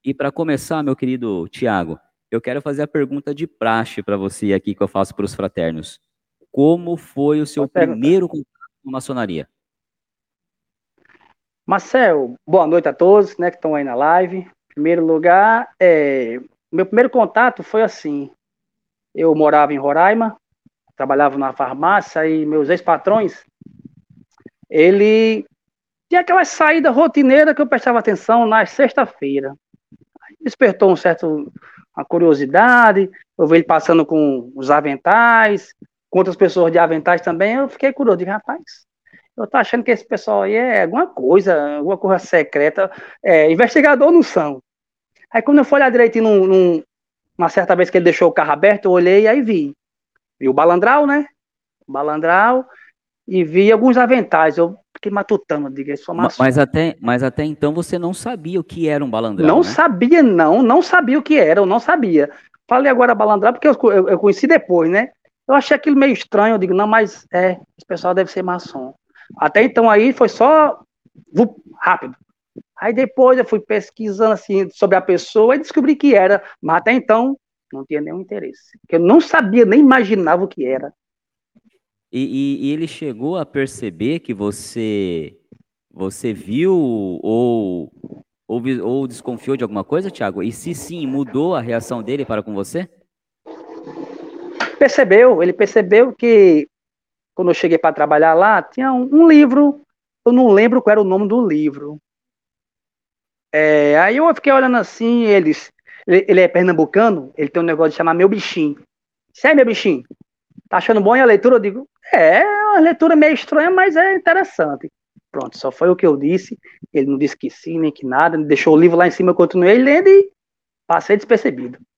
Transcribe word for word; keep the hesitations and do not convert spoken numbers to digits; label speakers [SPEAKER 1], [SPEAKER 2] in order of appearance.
[SPEAKER 1] E para começar, meu querido Tiago, eu quero fazer a pergunta de praxe para você aqui que eu faço para os fraternos. Como foi o seu
[SPEAKER 2] Pode perguntar.
[SPEAKER 1] primeiro contato com a maçonaria?
[SPEAKER 2] Marcel, boa noite a todos, né, que estão aí na live. Em primeiro lugar, é, meu primeiro contato foi assim. Eu morava em Roraima, trabalhava na farmácia e meus ex-patrões, ele tinha aquela saída rotineira que eu prestava atenção na sexta-feira. Despertou um certo uma curiosidade, eu vi ele passando com os aventais, com outras pessoas de aventais também, eu fiquei curioso, digo, rapaz, eu tô achando que esse pessoal aí é alguma coisa, alguma coisa secreta, é, investigador não são. Aí quando eu fui olhar direitinho num, num, uma certa vez que ele deixou o carro aberto, eu olhei e aí vi. Vi o balandral, né? O balandral, e vi alguns aventais. Eu fiquei matutando, digo, eles são
[SPEAKER 1] Ma- Mas
[SPEAKER 2] maçom.
[SPEAKER 1] até, mas até então você não sabia o que era um balandral,
[SPEAKER 2] Não
[SPEAKER 1] né?
[SPEAKER 2] sabia, não, não sabia o que era, eu não sabia. Falei agora balandral porque eu, eu, eu conheci depois, né? Eu achei aquilo meio estranho, eu digo, não, mas é, esse pessoal deve ser maçom. Até então aí foi só vup, rápido. Aí depois eu fui pesquisando assim sobre a pessoa e descobri que era, mas até então não tinha nenhum interesse. Porque eu não sabia, nem imaginava o que era.
[SPEAKER 1] E, e- e ele chegou a perceber que você você viu ou, ou, vi- ou desconfiou de alguma coisa, Tiago? E se sim, mudou a reação dele para com você?
[SPEAKER 2] Percebeu, ele percebeu que quando eu cheguei para trabalhar lá, tinha um, um livro, eu não lembro qual era o nome do livro. É, aí eu fiquei olhando assim, eles, ele, ele é pernambucano, ele tem um negócio de chamar meu bichinho. Sério, meu bichinho? Tá achando bom a leitura? Eu digo, é, é uma leitura meio estranha, mas é interessante. Pronto, só foi o que eu disse. Ele não disse que sim, nem que nada, deixou o livro lá em cima, eu continuei lendo e passei despercebido.